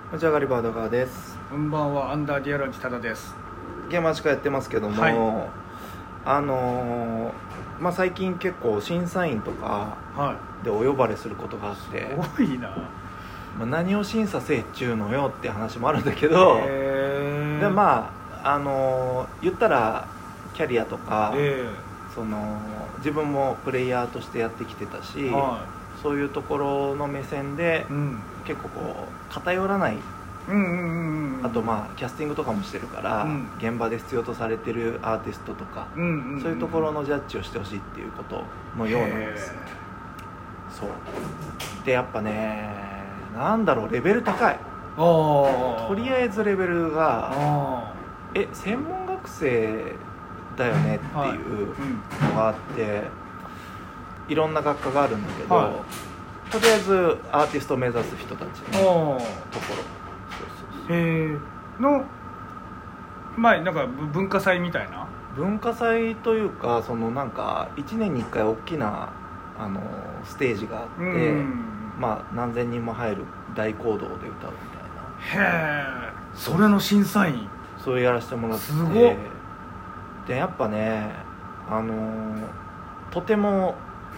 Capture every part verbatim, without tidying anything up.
こんにちは、ガリバードガーです。 こんばんは、アンダーディアロジタダです。 ゲーマーチカやってますけども、はい、あのー、まあ最近結構審査員とかでお呼ばれすることがあって、 はい、すごいな、 まあ、何を審査せえっちゅうのよって話もあるんだけど、でまああのー、言ったらキャリアとか、その自分もプレイヤーとしてやってきてたし、はい、そういうところの目線で、うん、結構こう偏らない、うんうんうんうん、あとまあキャスティングとかもしてるから、うん、現場で必要とされてるアーティストとか、うんうんうん、そういうところのジャッジをしてほしいっていうことのようなんです。そうでやっぱね、なんだろう、レベル高い。とりあえずレベルがえ専門学生だよねっていうのがあって、はい、うん、いろんな学科があるんだけど、はい、とりあえずアーティストを目指す人たちのところ、そうそうそう、へーの、まあなんか文化祭みたいな、 文化祭というか、そのなんかいちねんにいっかい大きなあのステージがあって、うん、まあ何千人も入る大講堂で歌うみたいな。 へー、それの審査員、 それやらせてもらって、 すごっ。 でやっぱね、あのとても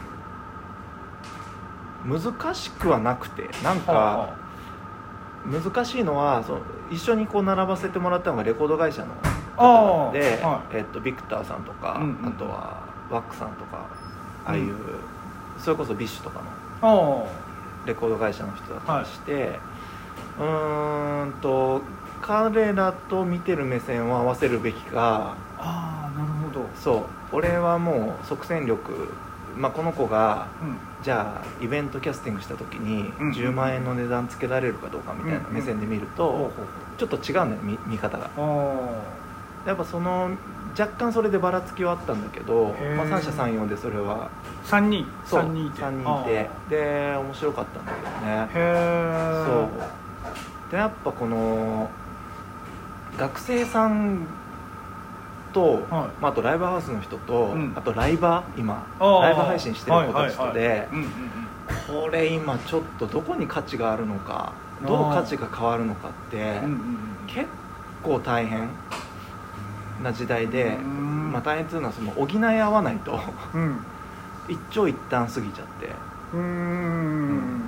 難しくはなくて、なんか難しいのは、その一緒にこう並ばせてもらったのがレコード会社の方で、はい、えっと、ビクターさんとか、うんうん、あとはワックさんとか、ああいう、うん、それこそビッシュとかのレコード会社の人だったりして、はい、うーんと彼らと見てる目線を合わせるべきか。 ああ、なるほど。 そう、俺はもう即戦力、まあ、この子が、うん、じゃあイベントキャスティングした時にじゅうまんえんの値段つけられるかどうかみたいな目線で見ると、うんうん、ちょっと違うんだよ、 見, 見方が。やっぱその若干それでばらつきはあったんだけど、まあ、三者三様でそれはさんにんそうさんにんいてさんにんいて、で面白かったんだけどね。 へそうでやっぱこの学生さんと、はい、まあ、あとライブハウスの人と、うん、あとライバー、今ライブ配信してる子たちとで、これ今ちょっとどこに価値があるのか、どう価値が変わるのかって、うんうんうん、結構大変な時代で、まあ、大変っていうのはその補い合わないと、うん、一長一短過ぎちゃって、うーん、うん、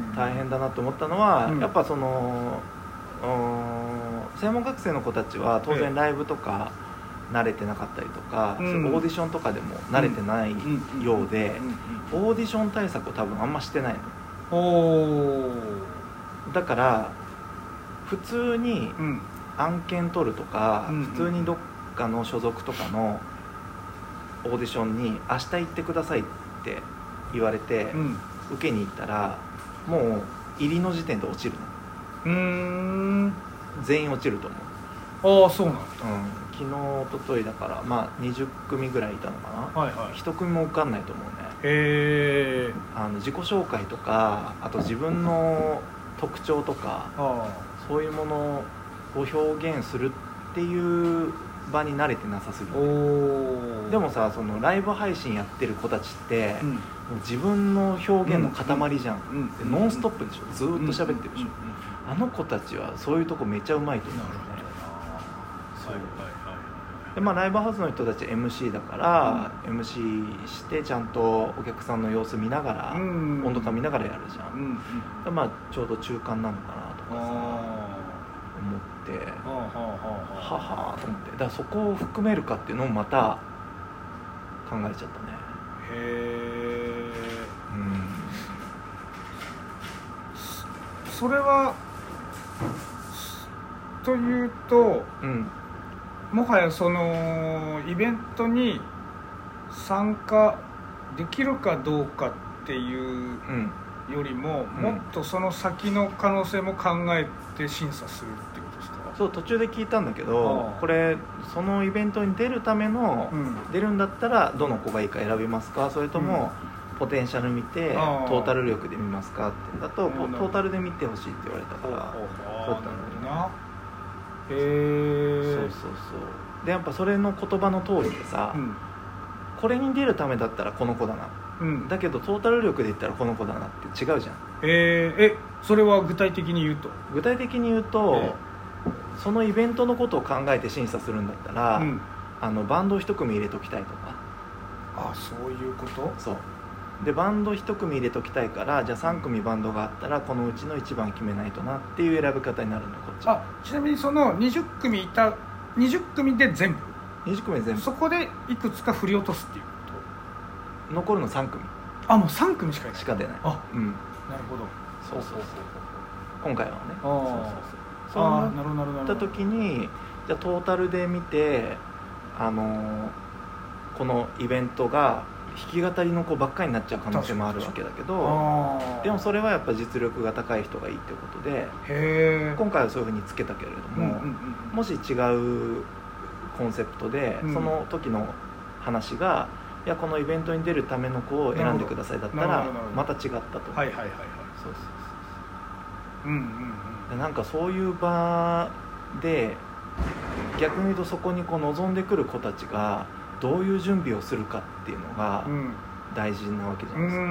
大変だなと思ったのは、うん、やっぱその専門学生の子たちは当然ライブとか慣れてなかったりとか、うん、オーディションとかでも慣れてないようで、オーディション対策を多分あんましてないの。おだから普通に案件取るとか、うん、普通にどっかの所属とかのオーディションに明日行ってくださいって言われて、うん、受けに行ったらもう入りの時点で落ちるの。うーん、全員落ちると思う。 ああ、そうなんだ。うん、 昨日一昨日だから、まあ、にじゅっくみぐらいいたのかな、はいはい、いち組も受かんないと思うね。へえ。あの自己紹介とか、あと自分の特徴とか、そういうものを表現するっていう場に慣れてなさすぎて。おでもさ、そのライブ配信やってる子たちって、うん、もう自分の表現の塊じゃん、うんうん、でノンストップでしょ、ずーっと喋ってるでしょ、うんうんうんうん、あの子たちはそういうとこめっちゃうまいと思うんだよね。そう、はいはいはい、でまあ、ライブハウスの人たち エムシー だから、うん、エムシー してちゃんとお客さんの様子見ながら、うんうん、温度感見ながらやるじゃん、うんうん、でまあ、ちょうど中間なのかなとかさ思って、はははと思って、だからそこを含めるかっていうのもまた考えちゃったね。へえ、うん、 それはというと、うん、もはやそのイベントに参加できるかどうかっていうよりも、うん、もっとその先の可能性も考えて審査するってことですか？ そう、途中で聞いたんだけど、これそのイベントに出るための、うん、出るんだったらどの子がいいか選びますか、それとも、うん、ポテンシャル見てトータル力で見ますかってだと、トータルで見てほしいって言われたから、そうだったんだよな。へえ。そうそうそう。でやっぱそれの言葉の通りでさ、うん、これに出るためだったらこの子だなっうん、だけどトータル力で言ったらこの子だなって違うじゃん。 えー、えそれは具体的に言うと具体的に言うと、えー、そのイベントのことを考えて審査するんだったら、うん、あのバンドを一組入れときたいとか。 あ、そういうこと。 そうでバンド一組入れときたいから、じゃあさん組バンドがあったらこのうちのいちばん決めないとなっていう選び方になるのよこっち。 あ、ちなみにそのにじゅっ組いたにじゅっ組で全部にじゅっ組で全部そこでいくつか振り落とすっていうこと。残るのさん組。 あ、もうさん組しかいない。 しか出ない。 あ、うん、なるほど。 そうそうそう今回はね。 あそうそうそうそうなるほどなるほど。 った時にじゃあトータルで見て、あのー、このイベントが弾き語りの子ばっかりになっちゃう可能性もあるわけだけど、でもそれはやっぱ実力が高い人がいいってことで、 へ今回はそういうふうにつけたけれども、うんうんうん、もし違うコンセプトで、うん、その時の話がいやこのイベントに出るための子を選んでくださいだったらまた違ったと。 はいはいはいはい。 そうそうそううんうんうん。 なんかそういう場で逆に言うとそこにこう望んでくる子たちがどういう準備をするかっていうのが大事なわけじゃないですか。うん、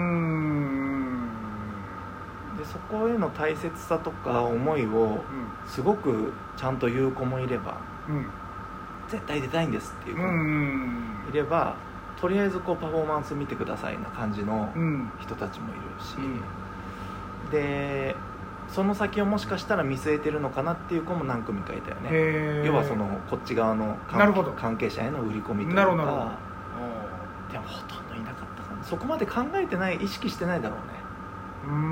でそこへの大切さとか思いをすごくちゃんと言う子もいれば、うん、絶対出たいんですっていう子もいれば、とりあえずこうパフォーマンス見てくださいな感じの人たちもいるし、うん、でその先をもしかしたら見据えてるのかなっていう子も何組かいたよね。要はそのこっち側の関係者への売り込みというか。なるほど。でもほとんどいなかったかな。そこまで考えてない、意識してないだろうね。うーん、うん、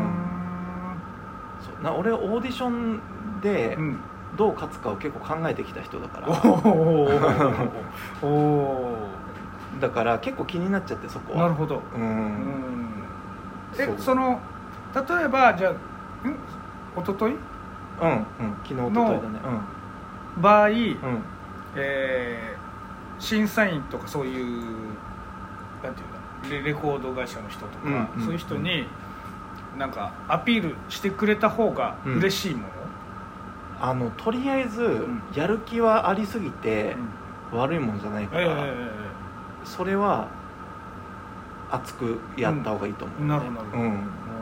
そうな。俺オーディションでどう勝つかを結構考えてきた人だから、うん、おだから結構気になっちゃってそこは。 なるほど。うん、うん、えその例えばじゃあん一昨日うんうん昨日一昨日だね、 うん、場合、うんえー、審査員とかそういうなんていうの レ, レコード会社の人とか、うんうん、そういう人になんかアピールしてくれた方が嬉しいもの、 うん、あのとりあえずやる気はありすぎて悪いもんじゃないから、うんえー、それは熱くやった方がいいと思う、ね、 うん、なるほど、うん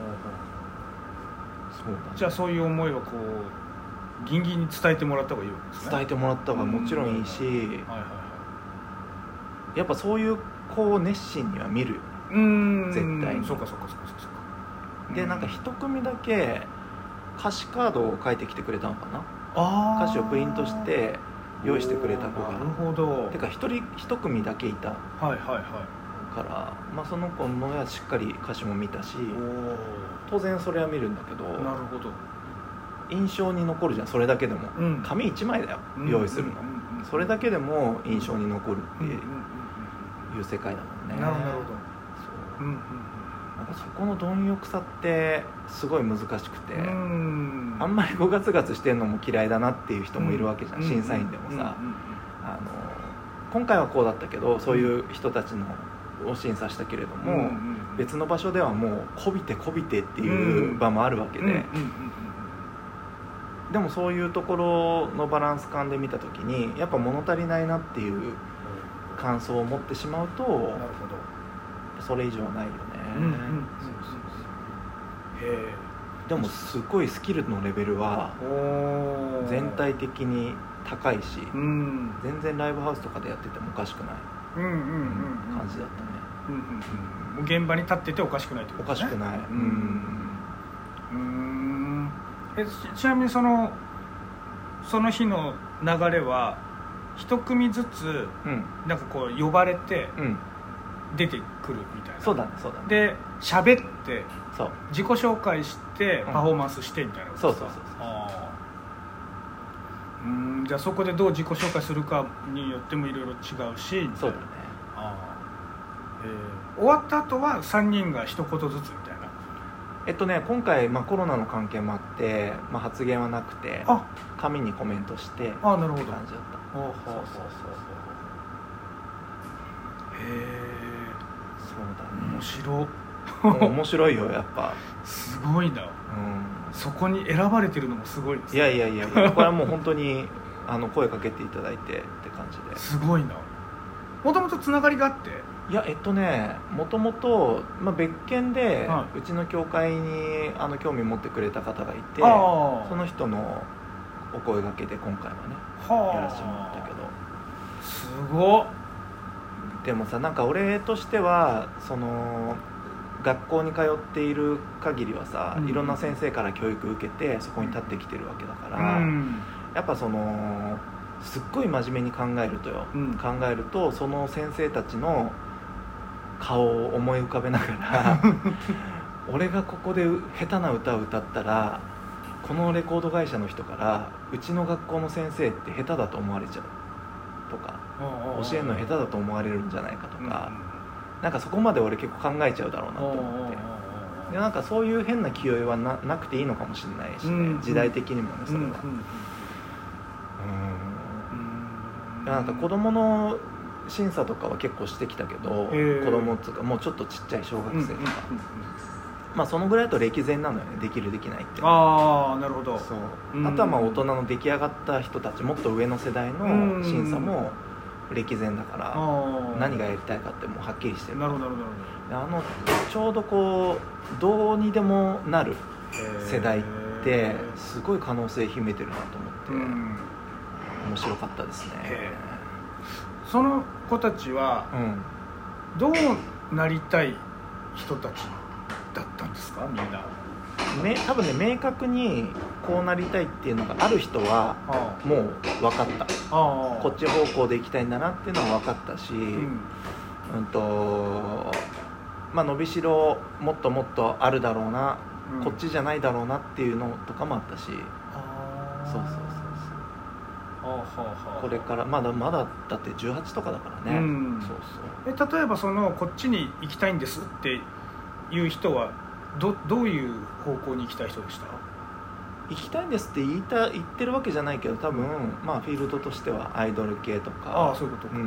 そうだね、 じゃあそういう思いはこうギンギンに伝えてもらった方がいいわけですね。 伝えてもらった方がもちろんいいし、うんはいはいはい、やっぱそういう子を熱心には見るよね。うん絶対に。 そうかそうかそうかそうか。でなんか一組だけ歌詞カードを書いてきてくれたのかな。あ歌詞をプリントして用意してくれた子が。 なるほど。 てか一人一組だけいた。 はいはいはい。 から、まあ、その子のやしっかり歌詞も見たし当然それは見るんだけど、 なるほど印象に残るじゃんそれだけでも、うん、紙いちまいだよ、うん、用意するの、うんうん、それだけでも印象に残るっていう世界だもんね。 なるほど。 そう、うんうん、なんかそこの貪欲さってすごい難しくて、うん、あんまりごガツガツしてんのも嫌いだなっていう人もいるわけじゃん、うん、審査員でもさ、うんうん、あの今回はこうだったけどそういう人たちのを審査したけれども、うんうん、別の場所ではもうこびてこびてっていう場もあるわけで、うんうんうんうん、でもそういうところのバランス感で見た時にやっぱ物足りないなっていう感想を持ってしまうと、なるほどそれ以上はないよね、うんうん、そうそうそうへえ。でもすごいスキルのレベルは全体的に高いし、うん、全然ライブハウスとかでやっててもおかしくない感じだったね、 うんうんうん、現場に立ってておかしくないってことですね。 おかしくない、うん、 うんえ ち, ちなみにそのその日の流れは一組ずつ、うん、なんかこう呼ばれて出てくるみたいな、 そうだねそうだね。 で喋ってそう自己紹介してパフォーマンスしてみたいな、うん、 そうそうそうそう。 あうんじゃあそこでどう自己紹介するかによってもいろいろ違うし。 そうだね。 あ、えー、終わった後はさんにんが一言ずつみたいな。 えっとね今回、まあ、コロナの関係もあって、まあ、発言はなくて紙にコメントしてあなるほど感じだった。 ほうほうそうそうそうそうへえそうだね。面白面白いよやっぱすごいな、うん、そこに選ばれてるのもすごいですね。 いやいやいやいやこれはもう本当にあの声かけていただいてって感じで。 すごいな。もともとつながりがあっていやえっとねもともと別件で、はい、うちの教会にあの興味持ってくれた方がいて、その人のお声掛けで今回はねはやらせてもらったけど、 すごっ。 でもさ、なんか俺としてはその学校に通っている限りはさ、うん、いろんな先生から教育受けてそこに立ってきてるわけだから、うん、やっぱそのすっごい真面目に考えるとよ、うん、考えるとその先生たちの顔を思い浮かべながら俺がここで下手な歌を歌ったらこのレコード会社の人からうちの学校の先生って下手だと思われちゃうとか、教えるの下手だと思われるんじゃないかとか、なんかそこまで俺結構考えちゃうだろうなと思って、でなんかそういう変な気負いは な, なくていいのかもしれないしね、時代的にもねそれは。うん、なんか子供の審査とかは結構してきたけど、子供っていうかもうちょっとちっちゃい小学生とか、まあそのぐらいだと歴然なのよね、できるできないっていうのは。 ああ、なるほど。 そう、あとはまあ大人の出来上がった人たち、もっと上の世代の審査も歴然だから、何がやりたいかってもうはっきりしてる。 なるほどなるほど。あのちょうどこうどうにでもなる世代ってすごい可能性秘めてるなと思って、面白かったですね。 その子たちはどうなりたい人たちだったんですか、みんな。 め多分ね、明確にこうなりたいっていうのがある人はもう分かった、あこっち方向で行きたいんだなっていうのは分かったし、うん、うんとまあ伸びしろもっともっとあるだろうな、うん、こっちじゃないだろうなっていうのとかもあったし、あそうそうそうそう、はあはあはあ、これからまだまだだってじゅうはちとかだからね、うん、そうそう。え例えばそのこっちに行きたいんですっていう人は ど, どういう方向に行きたい人でした？ 行きたいんですって言いた言ってるわけじゃないけど、多分、まあフィールドとしてはアイドル系とか、 ああそういうことか、うんうん、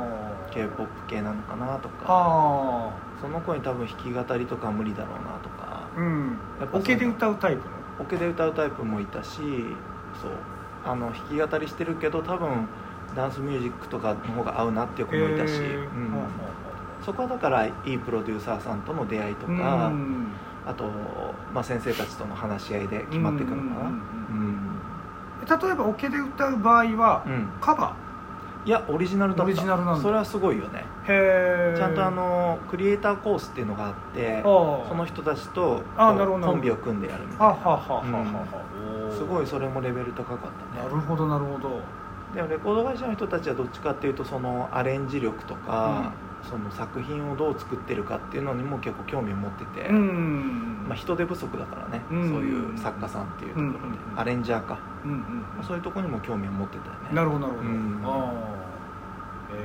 K-ポップ 系なのかなとか、あその子に多分弾き語りとか無理だろうなとか、うん、 やっぱオケで歌うタイプのオケで歌うタイプもいたし、そうあの弾き語りしてるけど多分ダンスミュージックとかの方が合うなっていう子もいたし、うん、そこはだからいいプロデューサーさんとの出会いとか、うんあと、まあ、先生たちとの話し合いで決まっていくのかな、うんうんうん、例えばオケで歌う場合は、うん、カバーいやオリジナルだった。 オリジナルなんだ。 それはすごいよね。 へちゃんとあのクリエイターコースっていうのがあって、その人たちとコンビを組んでやるみたいな。すごいそれもレベル高かったね。 なるほどなるほど。 でもレコード会社の人たちはどっちかっていうとそのアレンジ力とか、うん、その作品をどう作ってるかっていうのにも結構興味を持ってて、うんまあ、人手不足だからね、うん、そういう作家さんっていうところで、うん、アレンジャーか、うんうんまあ、そういうところにも興味を持ってたよね。 なるほどなるほど、うん、ああへ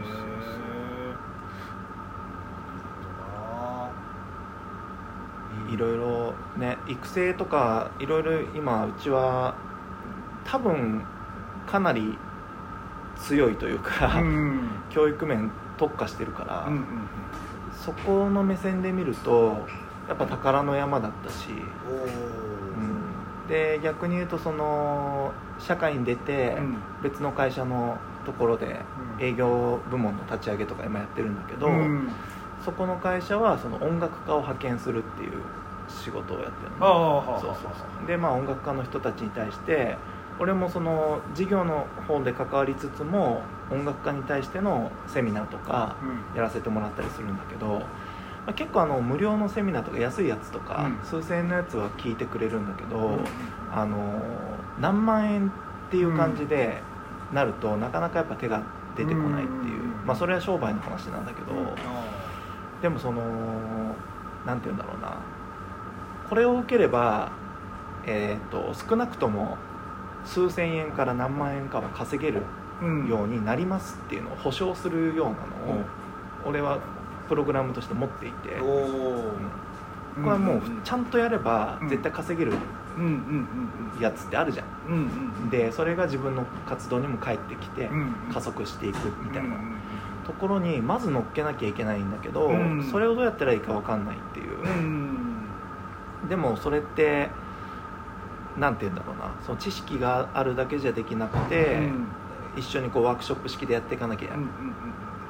えいろいろね育成とかいろいろ今うちは多分かなり強いというか、うん、教育面特化してるから、うんうんうん、そこの目線で見るとやっぱ宝の山だったし、うん、で逆に言うとその社会に出て別の会社のところで営業部門の立ち上げとか今やってるんだけど、うん、そこの会社はその音楽家を派遣するっていう仕事をやってるの、ね、そうそうそうでまあ音楽家の人たちに対して俺もその事業の方で関わりつつも音楽家に対してのセミナーとかやらせてもらったりするんだけど、まあ、結構あの無料のセミナーとか安いやつとか、うん、数千円のやつは聞いてくれるんだけど、うん、あの何万円っていう感じでなると、うん、なかなかやっぱ手が出てこないっていう、まあそれは商売の話なんだけど、でもそのなんて言うんだろうな、これを受ければ、えーと、少なくとも数千円から何万円かは稼げるようになりますっていうのを保証するようなのを俺はプログラムとして持っていて、うん、これはもうちゃんとやれば絶対稼げるやつってあるじゃん。でそれが自分の活動にも返ってきて加速していくみたいなところにまず乗っけなきゃいけないんだけど、それをどうやったらいいか分かんないっていう。でもそれってなんて言うんだろうな、その知識があるだけじゃできなくて、うん、一緒にこうワークショップ式でやっていかなきゃい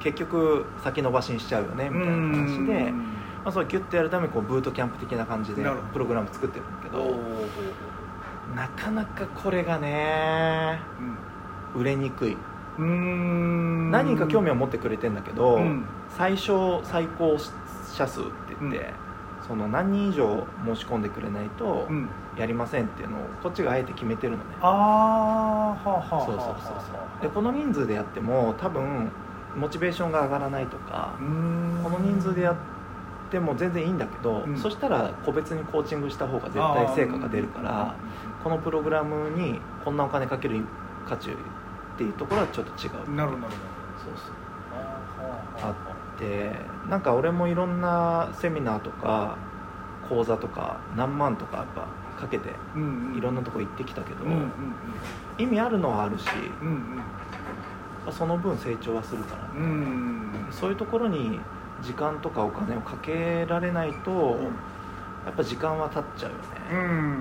結局先延ばしにしちゃうよねみたいな話で、まあ、それギュッとやるためにこうブートキャンプ的な感じでプログラム作ってるんだけど、なかなかこれがね、うん、売れにくい。うーん、何人か興味を持ってくれてんだけど、うん、最小最高者数って言って、うん、その何人以上申し込んでくれないとやりませんっていうのをこっちがあえて決めてるのね。ああ、はあはあ、そうそうそうそう。でこの人数でやっても多分モチベーションが上がらないとか、この人数でやっても全然いいんだけど、うん、そしたら個別にコーチングした方が絶対成果が出るから、このプログラムにこんなお金かける価値っていうところはちょっと違う。 なるほど。そうそう。あってなんか俺もいろんなセミナーとか講座とか何万とかやっぱかけていろんなとこ行ってきたけど、うんうんうん、意味あるのはあるし、うんうん、その分成長はするからね、うんうん、そういうところに時間とかお金をかけられないと、うん、やっぱ時間は経っちゃうよね、うんうんうん、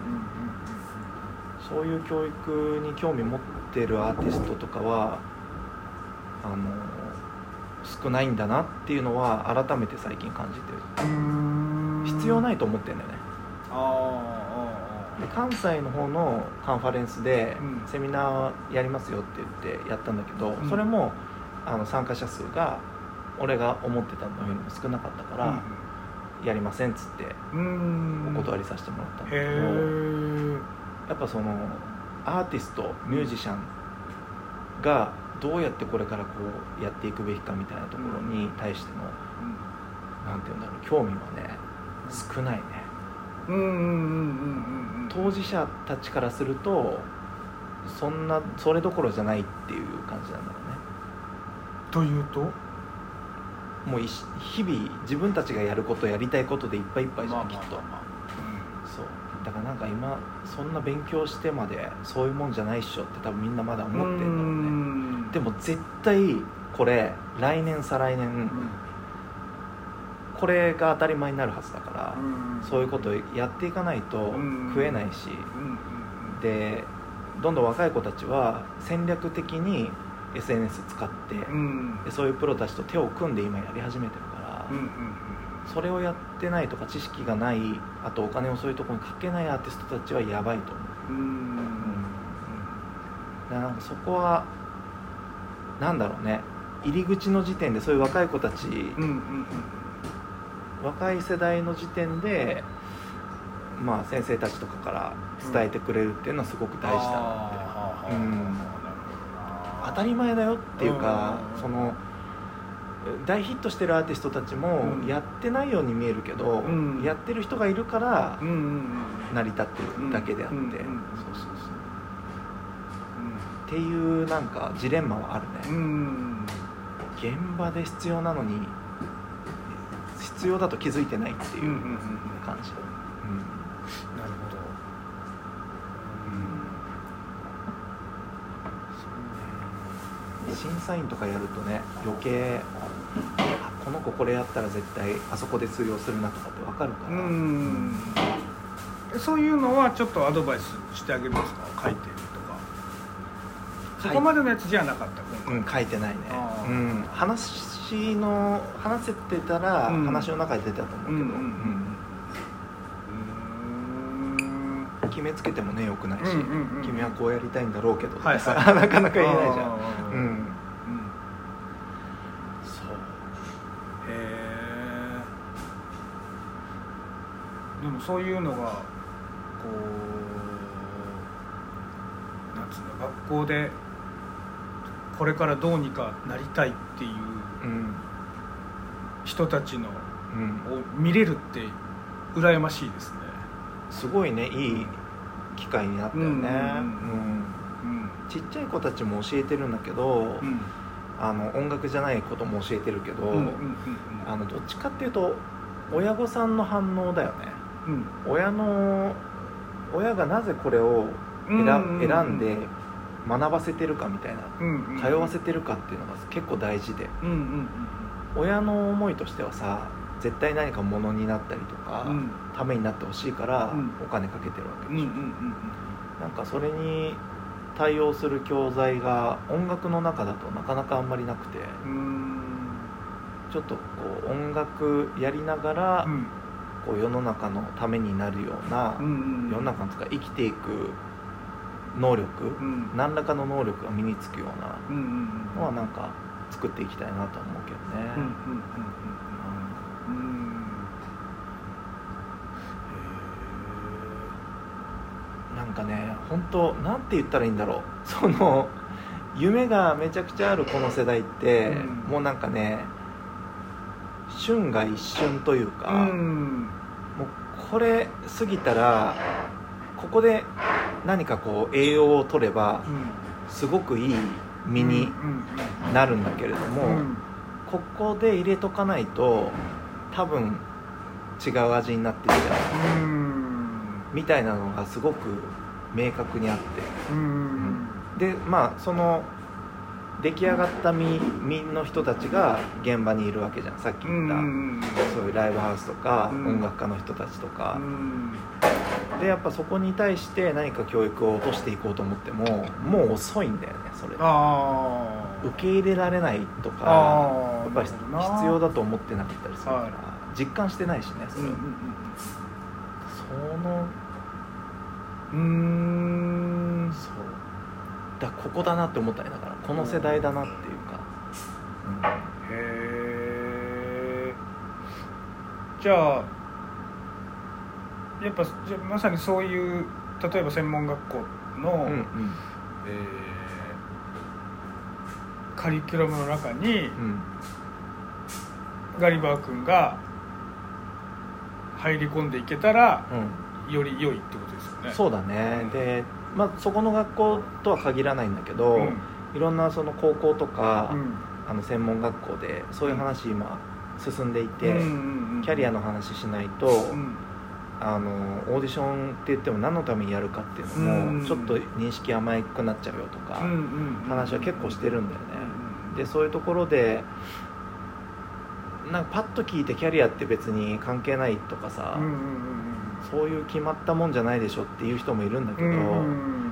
そういう教育に興味持ってるアーティストとかはあの少ないんだなっていうのは改めて最近感じてる。うーん、必要ないと思ってるんだよね。ああ、で関西の方のカンファレンスでセミナーやりますよって言ってやったんだけど、うん、それもあの参加者数が俺が思ってたのよりも少なかったから、うん、やりませんっつってお断りさせてもらったんだけど、やっぱそのアーティストミュージシャンがどうやってこれからこうやっていくべきかみたいなところに対しての、うん、なんていうんだろう、興味はね少ないね。うんうんうんうんうん、当事者たちからするとそんなそれどころじゃないっていう感じなんだろうね。 というともう日々自分たちがやることやりたいことでいっぱいいっぱいじゃん、まあ、きっと、まあまあ、うん、そうだからなんか今そんな勉強してまでそういうもんじゃないっしょって多分みんなまだ思ってるんだろうね。うでも絶対これ来年再来年、うん、これが当たり前になるはずだから、うん、そういうことをやっていかないと食えないし、うん、でどんどん若い子たちは戦略的に エスエヌエス 使って、うん、でそういうプロたちと手を組んで今やり始めてるから、うんうんうん、それをやってないとか知識がない、あとお金をそういうところにかけないアーティストたちはやばいと思う。うん、うん、だからなんかそこはなんだろうね、入り口の時点でそういう若い子たち、うんうんうん、若い世代の時点で、まあ、先生たちとかから伝えてくれるっていうのはすごく大事だなって、うん、当たり前だよっていうか、うん、その大ヒットしてるアーティストたちもやってないように見えるけど、うん、やってる人がいるから成り立ってるだけであって、っていうなんかジレンマはあるね。うん、現場で必要なのに必要だと気づいてないっていう感じ、うんうんうん、なるほど、うん、審査員とかやるとね余計あこの子これやったら絶対あそこで通用するなとかって分かるから、うん、 うん、そういうのはちょっとアドバイスしてあげますか？書いてるそこまでのやつじゃなかった今回、うん、書いてないね、うん、話の話せてたら、うん、話の中で出たと思うけど、うんうんうん、決めつけてもねよくないし、うんうんうん、君はこうやりたいんだろうけど、はいはい、なかなか言えないじゃん、うんうん、そうへえ。でもそういうのがこうなんつうの学校でこれからどうにかなりたいっていう人たちの、うん、を見れるって羨ましいですね。 すごいね、いい機会になったよね。ちっちゃい子たちも教えてるんだけど、うん、あの音楽じゃないことも教えてるけど、うんうんうんうん、あのどっちかっていうと親御さんの反応だよね、うん、親の親がなぜこれを選、うんうんうん、選んで学ばせてるかみたいな、うんうん、通わせてるかっていうのが結構大事で、うんうんうん、親の思いとしてはさ絶対何かものになったりとか、うん、ためになってほしいからお金かけてるわけでしょ、うんうんうんうん、なんかそれに対応する教材が音楽の中だとなかなかあんまりなくて、 うーんちょっとこう音楽やりながら、 うん、 こう世の中のためになるような、 うんうん、 世の中のとか生きていく能力、うん、何らかの能力が身につくようなのはなんか作っていきたいなと思うけどね。うんうんうんうんうん、なんかね、本当なんて言ったらいいんだろう、その夢がめちゃくちゃあるこの世代って、うん、もうなんかね、瞬が一瞬というか、うん、もうこれ過ぎたらここで何かこう栄養を取れば、うん、すごくいい身になるんだけれども、うんうん、ここで入れとかないと多分違う味になっていっちゃう、うん、みたいなのがすごく明確にあって、うん、でまあその出来上がった身の人たちが現場にいるわけじゃん、さっき言った、うん、そういうライブハウスとか、うん、音楽家の人たちとか、うん、でやっぱそこに対して何か教育を落としていこうと思ってももう遅いんだよね、それ。あ受け入れられないとかやっぱり必要だと思ってなかったりするから、はい、実感してないしね、それ、うんうんうん、そのうーんそうだ、ここだなって思ったりだから、この世代だなっていうか、うん、へえ。じゃあやっぱじゃまさにそういう例えば専門学校の、うんうん、えー、カリキュラムの中に、うん、ガリバー君が入り込んでいけたら、うん、より良いってことですよね。 そうだね、うん、でまあ、そこの学校とは限らないんだけど、うん、いろんなその高校とか、うん、あの専門学校でそういう話今進んでいて、うん、キャリアの話しないと、うん、あのオーディションって言っても何のためにやるかっていうのも、うん、ちょっと認識甘くなっちゃうよとか、うん、話は結構してるんだよね、うん、でそういうところでなんかパッと聞いてキャリアって別に関係ないとかさ、うんそういう決まったもんじゃないでしょっていう人もいるんだけど、うん、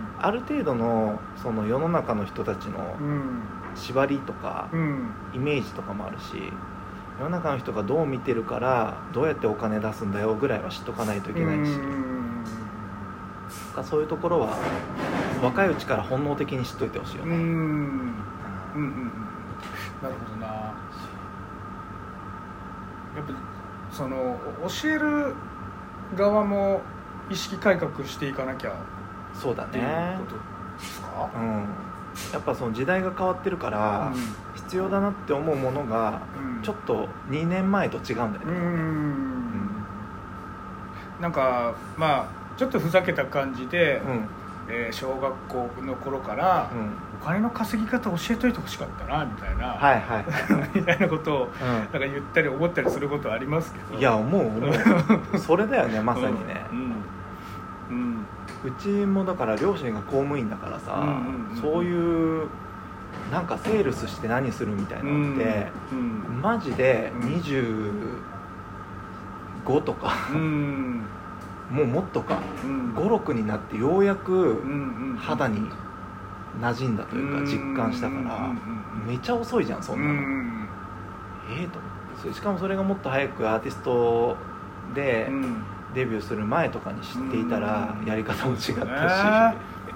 ある程度のその世の中の人たちの縛りとか、うん、イメージとかもあるし、世の中の人がどう見てるからどうやってお金出すんだよぐらいは知っとかないといけないし、うん、そういうところは若いうちから本能的に知っといてほしいよね。うん、うんうん、 なるほどな。やっぱその教える側も意識改革していかなきゃそうだねっていうことですか、 うん、やっぱその時代が変わってるから、うん、必要だなって思うものがちょっとにねんまえと違うんだよね、うんうん、 なんかまあちょっとふざけた感じで、うんえー、小学校の頃から、うん、お金の稼ぎ方教えといてほしかったなみたいな、はいはい、みたいなことを、うん、なんか言ったり思ったりすることはありますけど、 いや思う思うそれだよねまさにね、うんうん、うちもだから両親が公務員だからさ、うんうんうん、そういうなんかセールスして何するみたいなのって、うんうん、マジでにじゅうごとか、うんもうもっとか、うん、ご、ろくになってようやく肌に馴染んだというか実感したから、めちゃ遅いじゃんそんなの、うん、ええー、と思って、しかもそれがもっと早くアーティストでデビューする前とかに知っていたらやり方も違ったし、うん、あ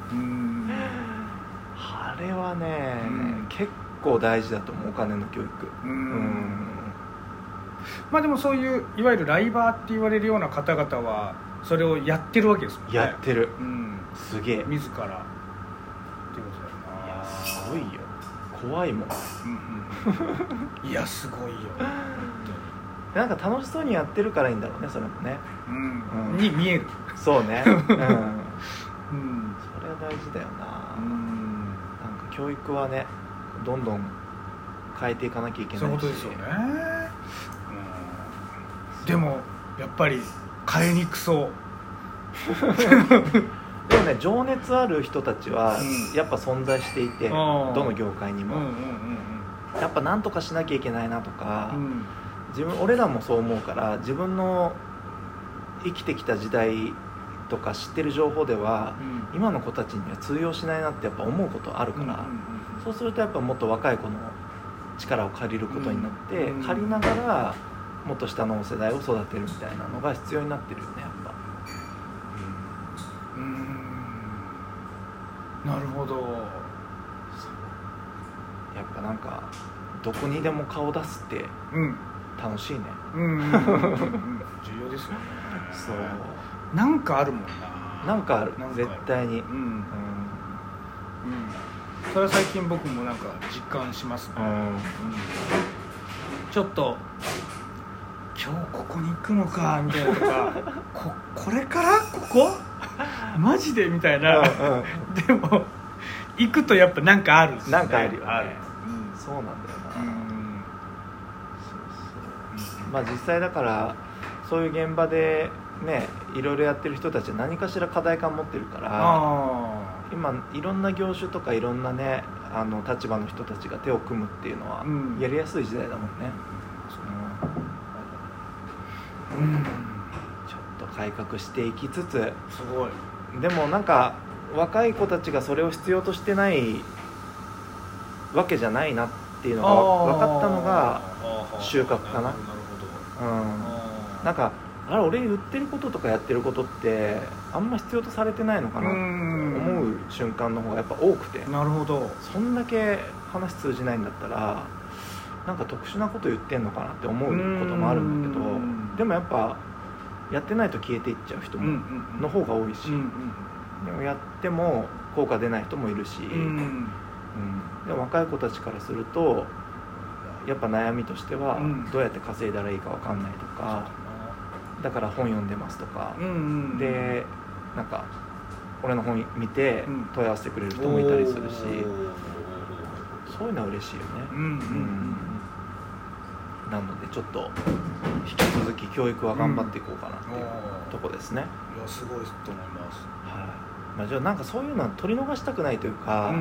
れはね、うん、結構大事だと思う、お金の教育、うんうんまあでもそういういわゆるライバーって言われるような方々はそれをやってるわけですもんね。 やってる、うん、すげえ自らっていうことだよな。 いやすごいよ、怖いもん、 うんうん、いやすごいよなんか楽しそうにやってるからいいんだろうね、それもね、 うんうん、に見えるそうね、うんうん、それは大事だよな、うん、なんか教育はねどんどん変えていかなきゃいけないし、 そういうことですよね、うん、でもやっぱり変えにくそうでもね情熱ある人たちはやっぱ存在していて、うん、どの業界にも、うんうんうんうん、やっぱ何とかしなきゃいけないなとか、うん、自分俺らもそう思うから、自分の生きてきた時代とか知ってる情報では、うん、今の子たちには通用しないなってやっぱ思うことあるから、うんうんうん、そうするとやっぱもっと若い子の力を借りることになって、うん、借りながらもっと下の世代を育てるみたいなのが必要になってるよねやっぱ。 うん、うん、なるほど。 やっぱなんかどこにでも顔出すって楽しいね。 うんうんうんうん、重要ですよね。 そうなんかあるもんな。なんかある絶対に、うんうんうん、 それは最近僕もなんか実感しますね、うんうん、ちょっと今日ここに行くのかみたいなとかこ, これからここマジでみたいな、うんうん、でも行くとやっぱなんかあるんですね。 なんかあるよね。 ある、 うん、そうなんだよな、うん、そうそう、うん、まあ実際だからそういう現場でね、いろいろやってる人たちは何かしら課題感持ってるから、今いろんな業種とかいろんなねあの立場の人たちが手を組むっていうのはやりやすい時代だもんね、うんうん、ちょっと改革していきつつ、 すごい。 でもなんか若い子たちがそれを必要としてないわけじゃないなっていうのが分かったのが収穫かな。なるほど、うん、なんかあれ俺言ってることとかやってることってあんま必要とされてないのかなって思う瞬間の方がやっぱ多くて。 なるほど。 そんだけ話通じないんだったらなんか特殊なこと言ってんのかなって思うこともあるんだけど、でもやっぱやってないと消えていっちゃう人もの方が多いし、でもやっても効果出ない人もいるし、うんうん、でも若い子たちからするとやっぱ悩みとしてはどうやって稼いだらいいか分かんないとか、だから本読んでますとか、うんうん、でなんか俺の本見て問い合わせてくれる人もいたりするし、そういうのは嬉しいよね、うんうんうん、なのでちょっと引き続き教育は頑張っていこうかなっていうとこですね、 うん、いやすごいと思います、 はい、まあ、じゃあなんかそういうのは取り逃したくないというか、うん、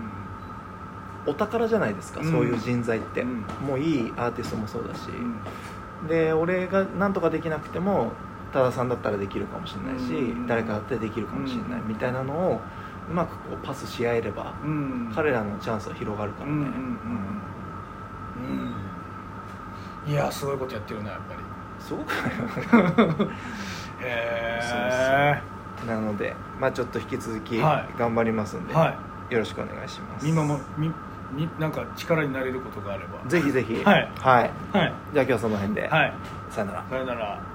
お宝じゃないですか、うん、そういう人材って、うん、もういいアーティストもそうだし、うん、で俺が何とかできなくても多田さんだったらできるかもしれないし、うん、誰かだってできるかもしれないみたいなのをうまくこうパスし合えれば、うん、彼らのチャンスは広がるからね、うんうんうんうん、いやすごいことやってるなやっぱり。 すごくないへえ。なので、まあ、ちょっと引き続き頑張りますんで、はい、よろしくお願いします。 見守みになんか力になれることがあればぜひぜひ、 はい、 はいはい、じゃあ今日はその辺で、 はい、 さよなら。 さよなら。